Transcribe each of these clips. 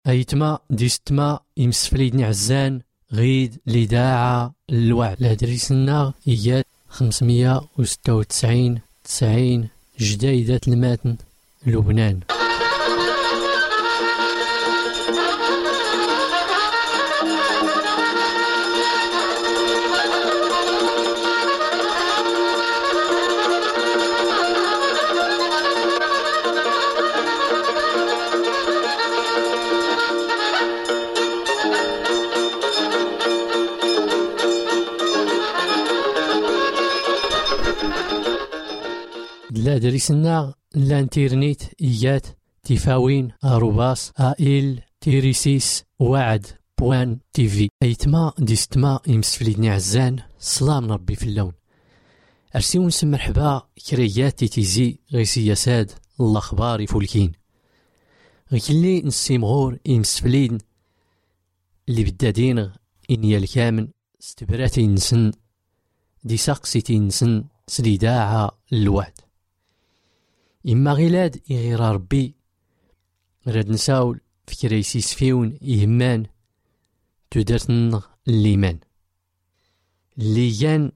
أيتما ديستما يمسفليدني عزان غيد لداعة الوعد لهدريسنا إياد 596 90 جديدة الماتن لبنان. لا دريسنا الانترنت إيات تفاوين أروباس آئل تيريسيس وعد بوان تيفي. أيتما ديستما يمسفليدني عزان سلام ربي في اللون أرسيون سم مرحبا كريات تيزي غي سياساد الأخبار فولكين غيلي نسيمغور يمسفليدن اللي بدادين إنيا الكامن استبراتي نسن دي ساقسيتي نسن سليداعة الوعد. إما غيلاد يغير ربي راد نساول فكريسيس فيون يهمان تدرتن الليمان اللي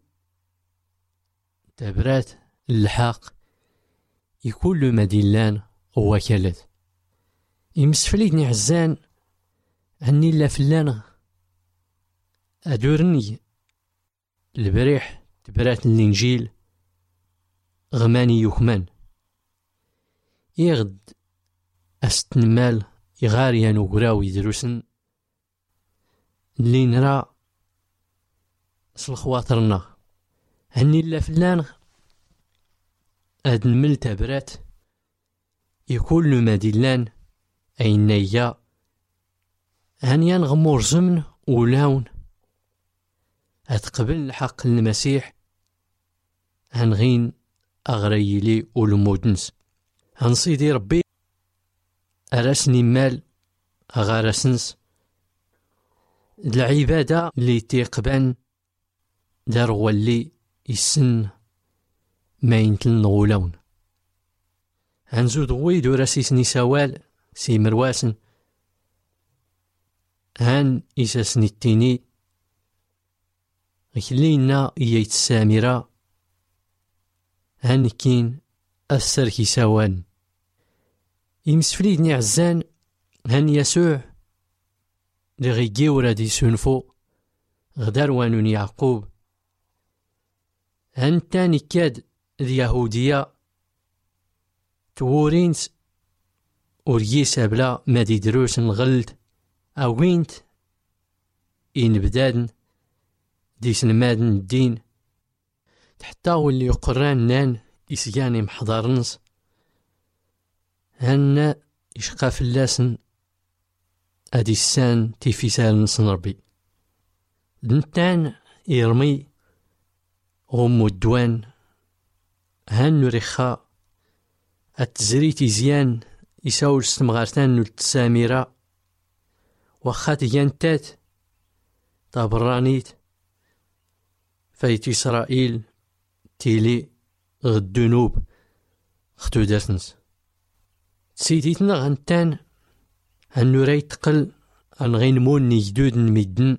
تبرات الحق يكون مدينلان وكالات يمسفليدني عزان عني لا فلان أدورني البريح تبرات الإنجيل غماني يكمان يغد أستنمال إغاريان وقراوي دروسن اللي نرى سلخواطرنا هني لا فلان هاد المل تبرات يكون مدينلان أين نيا هنيان غمور زمن ولاون هتقبل الحق المسيح هنغين أغريلي والمودنس هنصيدي ربي أرسني مال أغارسنس العبادة اللي تيقبان دار واللي يسن ما ينتلن غولون هنزود غويد وراسيسني سوال سي مرواسن هان إساسني التيني غيلينا إيايت السامرة هان كين السركي سوان يمسفليدني عزان هان يسوع لغيجي ورادي سنفو غدار وانون يعقوب هان تاني كاد اليهودية تورينت وريسا بلا مادي دروس الغلد أوينت إن بدادن ديسن مادن الدين حتى واللي يقران نان إسياني محضرنس هن يشقى فلاسن أدي السان تيفيسال نسن ربي دنتان يرمي غمو الدوان هن نريخا التزريتي زيان يساول استمغارتان التساميرة وخات ينتات طابرانيت فايت إسرائيل تيلي غدنوب ختو دارتنس تسيديتنا غنتان هنو راي تقل غنغين موني جدود نميدن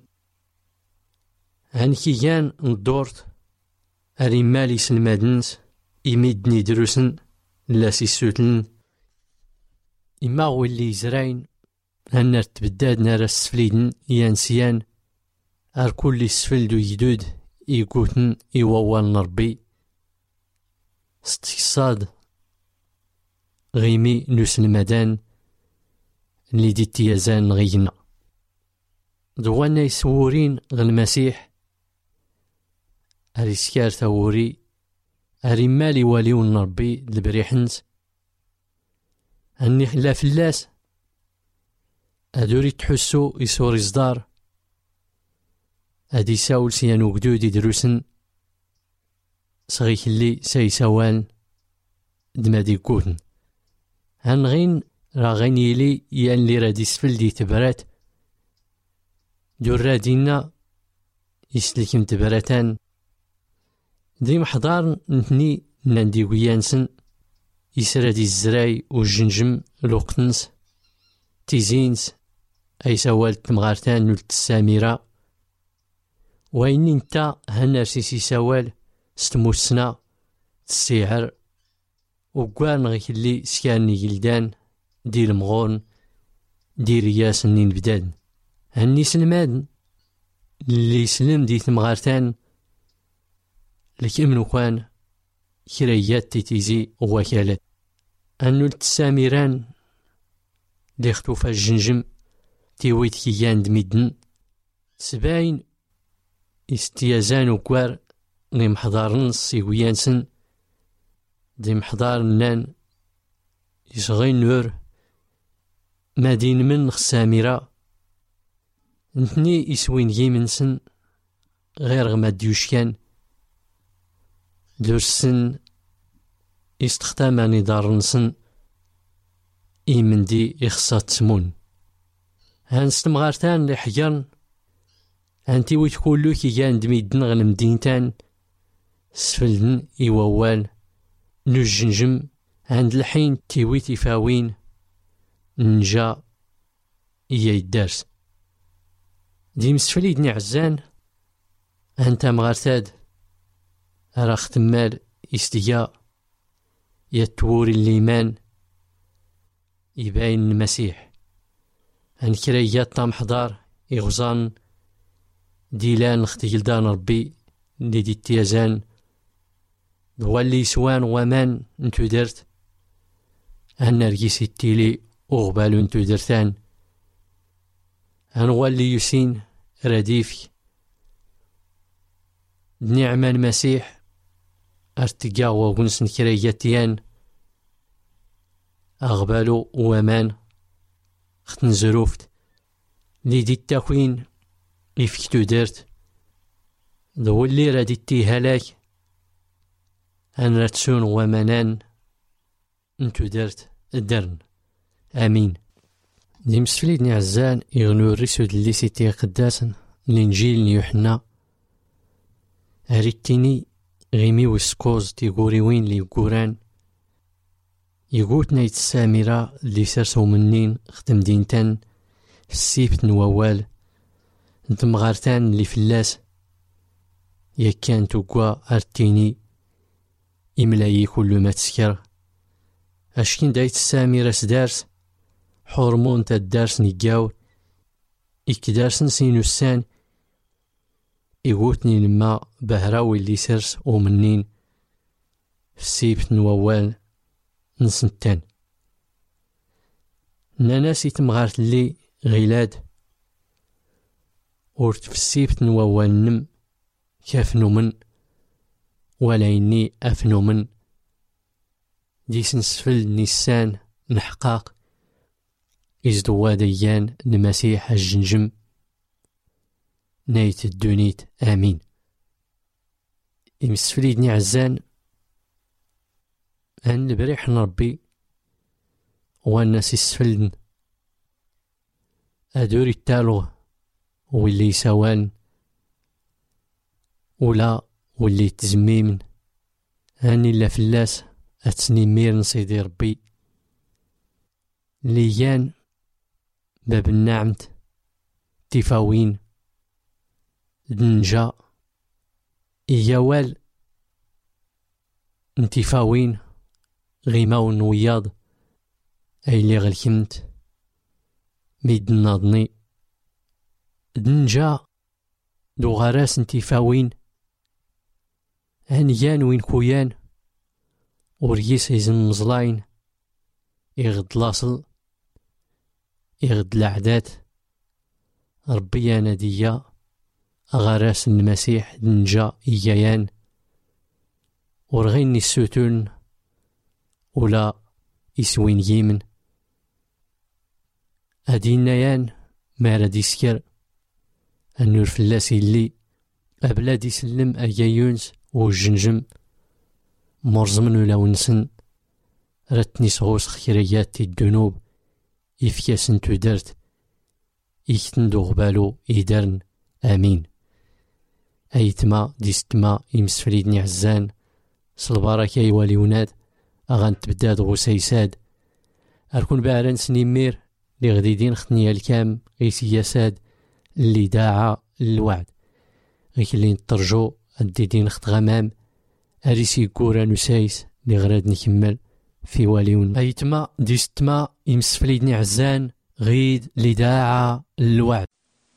هنكيان ندورت أريمالي سلمادنس يميدني دروسن لاسي سوتن إما هو اللي يزراين هنر تبداد نار السفليدن يانسيان أر كل السفل دو يدود يقوتن يووال نربي استقصاد غيمي نوس المدان اللي دي تيازان غينا دوانا يسورين غالمسيح أريسكار ثوري أريمالي واليو نربي البريحنس أني لا فلاس أدوري تحسو يسوري صدار أدي ساول سيانو قدودي دروسن صغيك اللي سيسوان دمادي كوتن هنغين راغين يلي يان لي رادي سفل دي تبرات دور رادينا يسلكم تبراتان دي محضار نتني ناندي ويانسن يسرادي الزراي والجنجم الوقتنس تيزينس أي سوال تمغارتان نولت السامرة وإن انت هنرسيسي سوال ستموسنا تسيعر وقوان غيك اللي سكاني جلدان دي المغون دي رياس نين بداد هني سلمان اللي سلم دي تمغارتان لك امنو كان كريات تيتيزي وكالات أنولت السامران اللي خطوفا الجنجم تيويت كيان دميدن سباين استيازان وكوار لي محضارن السيويانسن دي محضار نان يصغين نور مادين من خسامرة نتني يسوين جيمنسن غير غما ديوشكان درسن يستخدماني دارنسن إيمن دي إخصا تسمون هانستمغارتان لي حجرن هانتي ويت كلو كي كان دميدن غنمدينتان سفلدن إيووال نجنجم عند الحين تيوي تفاوين نجا إيا الدرس دي مسفليدني عزان هانتا مغارتاد راخ تمال استيا يتوري الليمان يباين المسيح هان كريات طام حضار يغزان ديلان اختي جلدان ربي اللي دي التيازان دوالي سوان ومان انتو درت هنرجيسي التيلي وغبالو انتو درتان هنوالي يسين رديفك نعمة المسيح ارتقا وغنسن كرياتيان أغبالو ومان ختن زروفت لي دي التاكوين إفكتو درت دولي رادي التيهالاك أن راتسون ومنان انتو درت الدرن آمين دي مسفليدني عزان يغنو الرسو دلي سيتي قداسن الإنجيل يوحنا هريتيني غيمي وسكوز تيغوري وين لي يقوران يقوتنا يتسامرة اللي سرسو منين خدم دينتان في السيبت نووال نتمغارتان اللي فلاس يكان توقوا ارتيني إملايي كل ما تسكر أشكين دايت السامرة سدارس حرمون تدارس نيقاو إكدارسن سينوسان يقوتني لما بهراوي اللي سرس ومنين في السيبت نووال نسنتان ناناسي تمغارت اللي غيلاد ورت في السيبت نووال نم كافنو من ولا إني أفنو من ديس نسفل نيسان نحقاق إزدوا ديان المسيح الجنجم نايت الدونيت آمين إمسفليدني عزان أن البريح نربي والناس يسفلن أدوري التالو واللي سوان ولا واللي تزميمن هاني لا فلاس أتسني ميرن سيدي ربي ليان باب النعمت تفاوين دنجا إيوال انتفاوين غيماو نوياض أي اللي غلكمت ميد ناضني دنجا دو غراس انتفاوين هنيان وين كويان وريس يزن مزلاين يغد لاصل يغد العدات ربي ناديا غراس المسيح دنجا إيايان ورغيني السوتون ولا يسوين يمن أدينيان ما راد يسكر النور فلاسي اللي أبلاد يسلم أيايونس والجنجم مرزمن ولا ونسن رتني صغوص خيريات الدنوب إفكاسن تدرت إكتن دوغبالو إدارن آمين أيتما ديستما يمسفريدني عزان صلبارك أيوالي وناد أغان تبداد غسيساد أركون بعران سنيمير اللي غديدين خطنيا الكام غي سياسات اللي داعا الوعد غيك اللي نترجو الديدين خط غمام أريسي كورا نسايس اللي غراد نكمل في واليون أيتما ديستما يمسفليدني عزان غيد اللي داعا الوعد.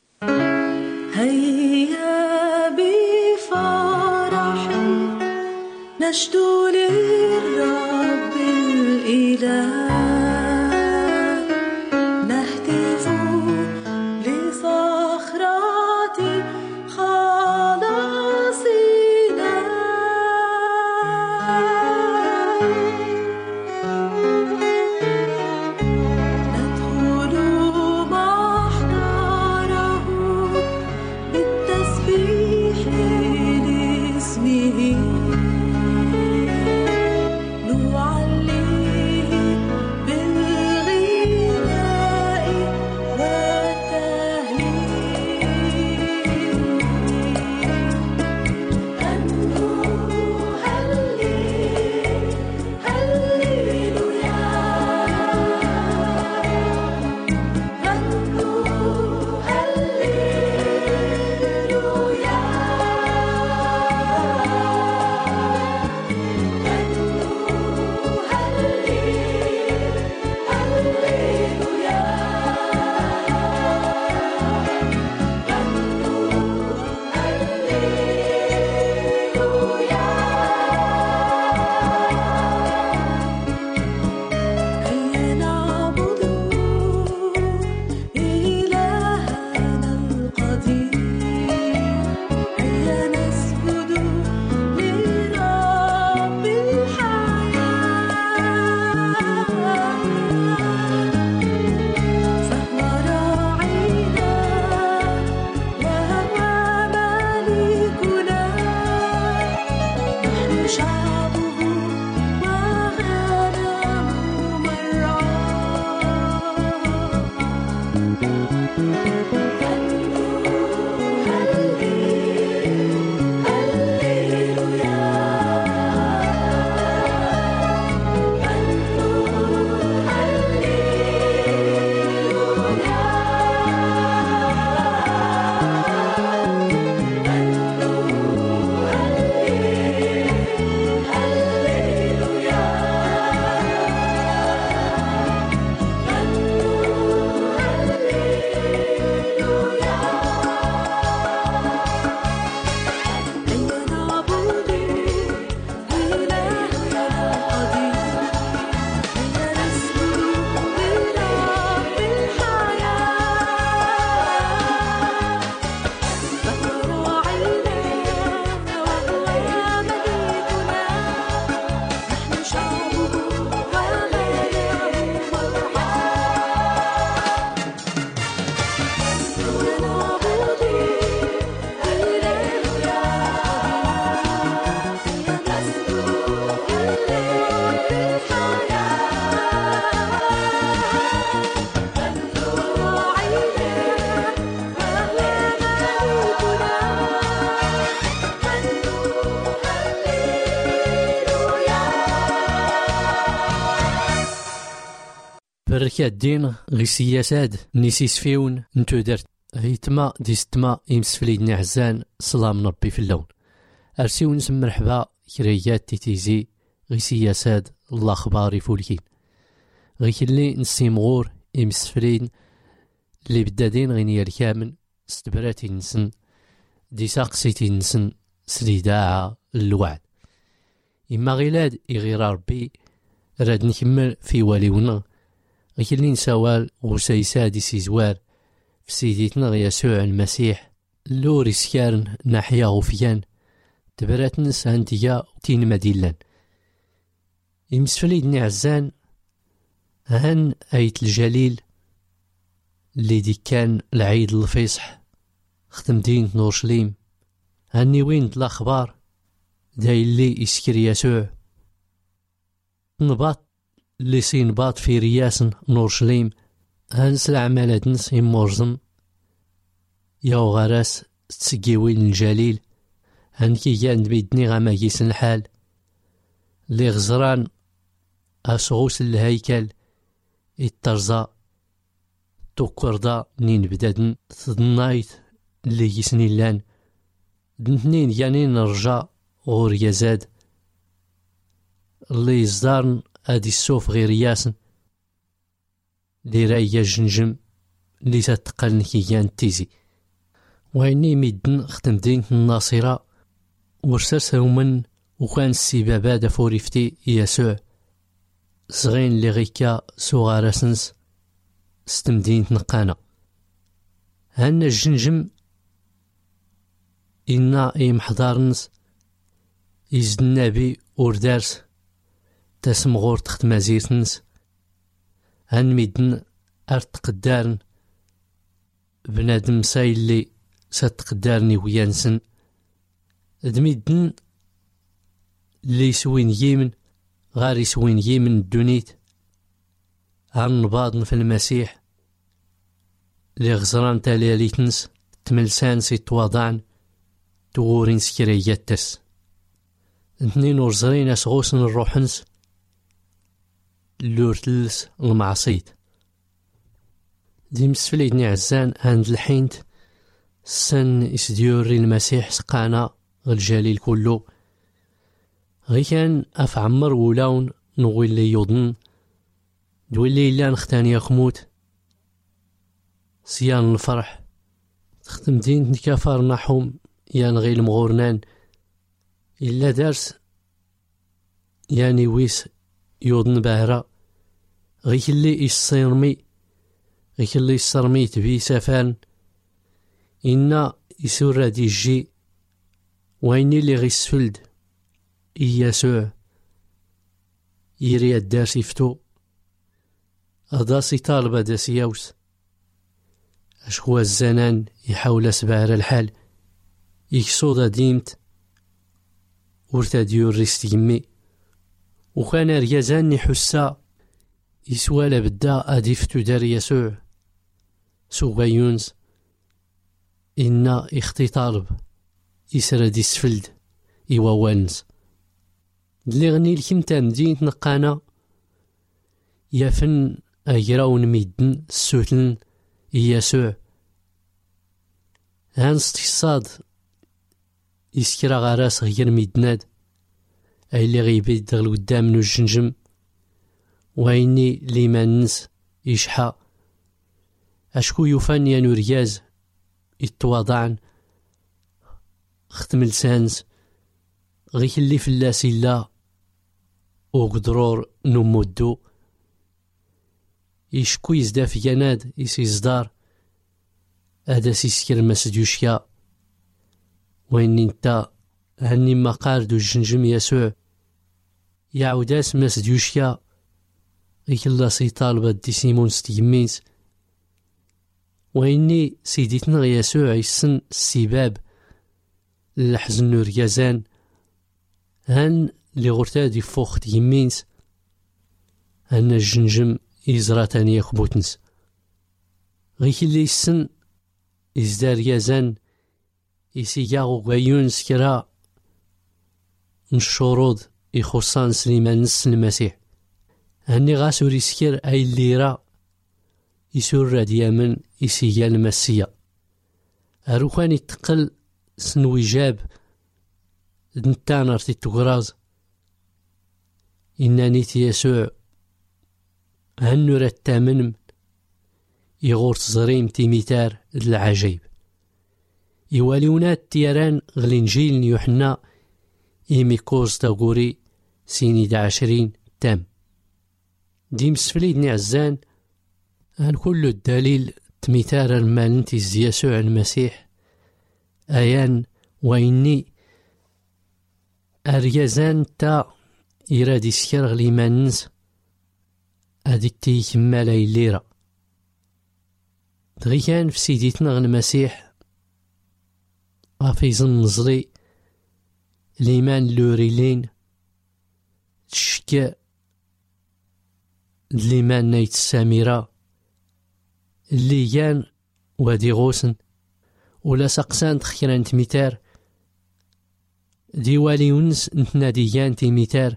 هيا بفرح نشد للرب الإله نهتف لصخرة خلاصنا ندخل محضره بالتسبيح لاسمه نعليه بالغناء والتهليل هللويا هيا نعبد إلهنا القدير هيا نسجد لرب الحياة فهو راعينا وهو مالكنا نحن شعبه وغنم بركة الدين غي سياسات نيسيس فيون نتو درت هيتما ديستما يمسفليدني عزان سلام ربي في اللون أرسيو نسم مرحبا كريات تيتيزي غي سياسات الله خباري فولكين غي كلي نسيمغور يمسفلين اللي بدادين غينيا الكامل استبراتي نسن دي ساقسيتي نسن سليداعة الوعد إما غيلاد يغير ربي راد نكمل في واليونا غيكلي نسوال غسيسادي سيزوار في سيديتنا يسوع المسيح اللوري سكارن ناحية غفيان تبرات نس هانتيا تين مديلان يمسفليدني عزان هان أيت الجليل اللي دي كان العيد الفيصح ختم دين نورشليم هاني وين الأخبار داي اللي يسكر يسوع نباط اللي سينباط في رياس نورشليم هانس العمالات نس يمورزم ياو غراس تسقيوين الجليل هانكي جان بيدني غاما يسن الحال اللي غزران أسغوس الهيكل الترزا توكردا نين بدادن تضنايت اللي يسني لان دنتنين يعني نرجع غور يزاد اللي يزدارن ادي السوف غير ياسن اللي رايا جنجم اللي تتقل كيان تيزي ويني ميدن ختم دين الناصرة ورسرس هومن وكان السبابة دا فوريفتي يسوع صغين اللي غيكا سوغارسنس ستمدين نقانا هانا الجنجم إنا إيم حضارنس يزد النبي وردارس تسمغور تخت مازيرتنس هان ميدن أرتقدارن بنادم سايلي ستقدارني ويانسن دميدن اللي يسوين يمن غار يسوين يمن الدنيت هان نباضن في المسيح اللي غزران تالياليتنس تملسان سيتواضعن تغورين سكرياتس اثنين ورزرين اسغوسن الروحنس اللورتلس المعصيت دي مسفليدني عزان عند الحينت سن اسديوري المسيح سقانا الجليل كله غي كان افعمر ولاون نغوي اللي يوضن دولي إلا نختاني أخموت سيان الفرح تختم دين نكافر نحوم يان غي المغورنان إلا دارس يعني ويس يوضن باهرة غي اللي يصيرمي غي اللي يصرمي تبي سافان إنا يسور دي الجي ويني اللي غي السفلد إياسوع يري الدارس يفتو أضاسي طالبة دا سياوس أشخوا الزنان يحاول سبعر الحال يكسودا ديمت ورتا ديور ريست يمي وكان ريازان يحسا يسوالا بدا أديفتو دار يسوع سوغيونز إنا إختي طالب يسرى دي سفلد إيواوانز اللي غني الكمتا مدينة نقانا يافن أجراون ميدن السوتن يسوع هانس تصاد يسكرا غراس غير ميدناد أي اللي غيبيد دغل قدام منو الجنجم ويني لي مانس يشحى أشكو يوفان يا نورياز يتواضعن ختم لسانس غيك اللي فلاس إلا وقدرور نمودو يشكو يزدا في جناد يسيزدار هذا سيسكر مسديوشيا وين انت هني مقاردو الجنجم يسوع يعوداس مسديوشيا غيك الله سي طالبة دي سيمون ستيمينس ويني سيديتنا يسوع يسن السباب الحزن ريازان هان اللي غرتادي فوخت يمينس هان الجنجم يزرا تاني يخبوتنس غيك اللي يسن يزدار يازان يسيقاغو غيون سكرا نشورود يخصان سليمان نس المسيح هاني غاسو ريسكر اي الليرا يسور ديامن يسيقا المسيا اروخان يتقل سنوي جاب دنتانر تيتوغراز إناني يسوع هنور التامن يغور تزريم تيميتار العجيب يواليونات تيران غلينجيل يوحنا إيميكوز تاغوري سيني 20 تام دي مسفليدني عزان هن كل الدليل تميتار المالنتي يسوع المسيح أيان وإني أريازان تا إرادي سكر غليمانس هاديك تيكمالا الليرة دغي كان في سيديتنا المسيح غافيزن نزري ليمان لوريلين تشكا ليمان نايت السامرة اللي كان وادي غوسن ولا سقسان تخيران تميتار ديوالي ونس نتناديان تيميتار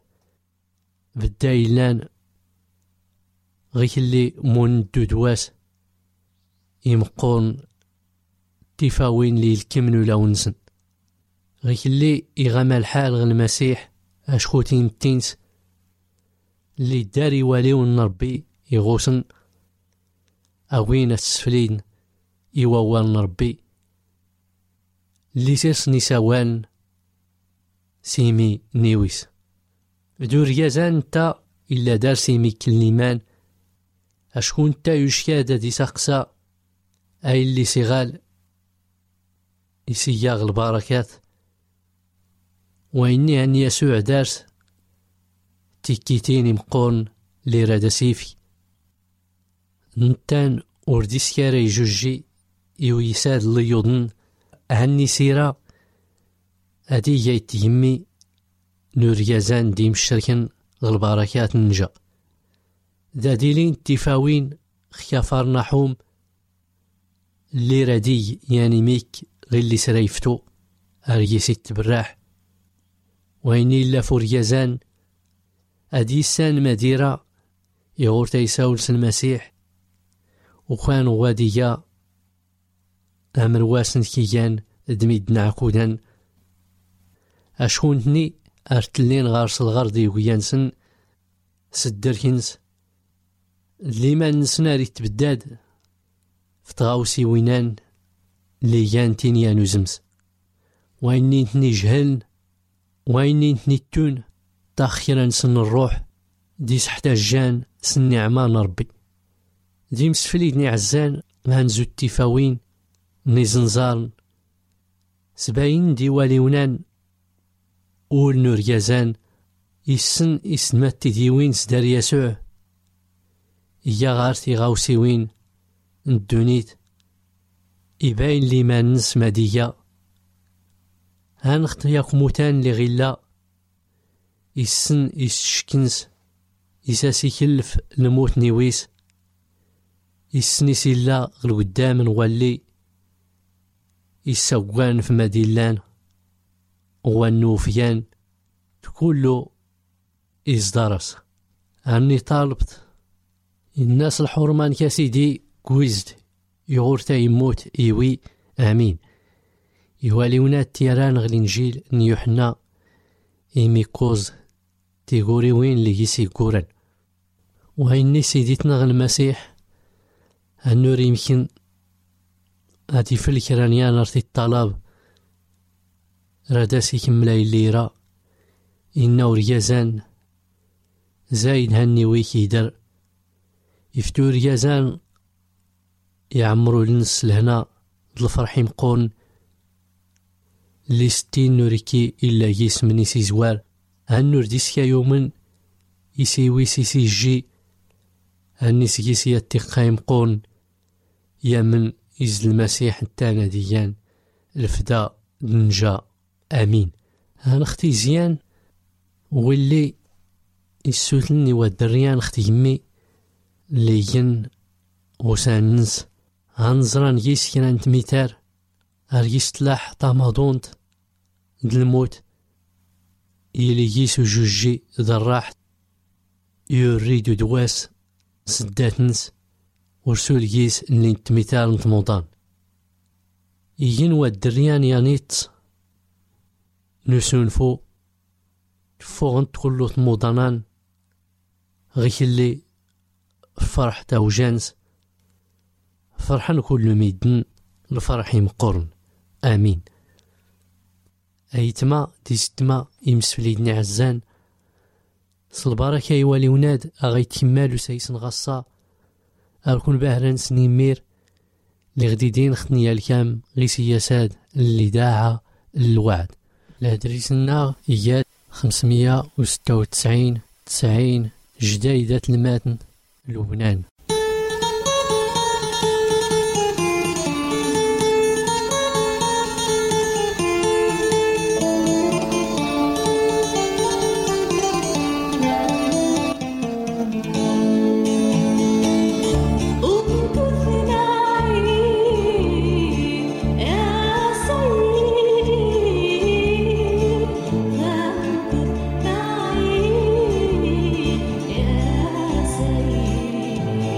بالدايلان غيك اللي مون دودواس يمقون تفاوين لي الكمن ولا ونسن غيك اللي يغمى الحال غ المسيح أشخوتي متينس اللي داري واليون ربي يغوصن أوين السفلين يووان ربي اللي سيس نساوان سيمي نيويس دور يزان تا إلا دار سيمي كليمان أشكون تا يشكاد دي ساقسا أي اللي سيغال يسياغ البركات وإني أن يسوع دارس تيكيتين مقون لي رادا سيفي نتان أورديس كاري جوجي يويساد اللي يضن هني سيرا أدي جايت يمي نور يزان ديم الشركن البركات نجا داديلين تفاوين خيافار نحوم اللي ردي يعني ميك غير اللي سريفتو أريسي تبراح ويني إلا فوريزان أديسان مديرة يغور تيساولس المسيح وكان واديا أمر واسن كيان دميدنا عكودان أشكونتني أرتلين غارس الغردي ويانسن سدركنس اللي ما نسنا ريت تبداد فتغاوسي وينان اللي يانتين يانو زمس ويني نتني جهلن ويني نتني التون تاخيرا سن الروح ديس حتى جان سن عمان ربي دي مسفليدني عزان هنزو التفاوين نيزنزارن سباين ديواليونان أول نور يزان يسن اسمات تديوين سدار يسوع إيا غارتي غاوسيوين ندونيت إباين لي ما نسمى ديا هانخت ياكموتان لغلا يسن يسشكنس يساسي كلف الموت نيويس يسني سيلا غلقدام نولي يسوان في مديلان والنوفيان تقولو إزدارس أني طالبت الناس الحرمان كاسيدي كويزد يغورتا يموت إيوي آمين يواليونا التيران غلينجيل نيوحنا إيميكوز تيغوري وين ليسي كوران وإني سيديتنا غ المسيح النور يمكن هادي في الكرانيان ارتي الطلب راداسي كملا الليرة إنو ريازان زايد هني ويكي در يفتو ريازان يعمرو لنس لهنا الفرح يمقون لي 60 نوريكي إلا يسمني سي زوار هالنور ديسكا يومن يسيوي سي جي هاني سيسي التقا يمقون يمن إز المسيح التانا ديان الفدا نجا آمين هنختي زيان واللي يسوتلني ودريان اختي يمي ليين وساننس هنزران يس كان تميتار أريس تلاح طامادونت الموت يلي يسو جوجي ذراح يريدو دواس سداتنس ورسول يس اللي تميتار نتموطان يين ودريان يانيت نسونفو فوغن تقولو تموضانان غيك اللي فرح تاو جانس فرحان كل ميدن الفرح يمقرن آمين أيتما ديستما يمسفليدني عزان صلبارك يوالي وناد أغيت كمالو سيسن غصا أركون باهران سنيمير لغديدين ختنيا الكام غي سياساد اللي داعا الوعد لهدريسنا إياد 596 90 جدايدة الماتن لبنان يا سيدي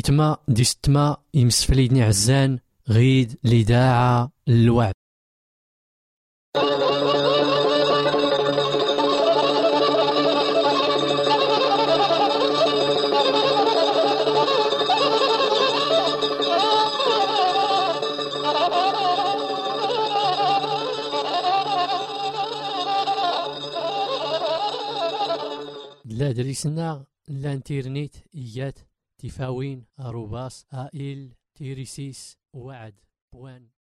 هيتما دي ستما يمسفليدني عزان غيد لداعة الوعد. لا دريسنا لا انترنت إيات تفاوين أروباس آئل تيريسيس وعد بوان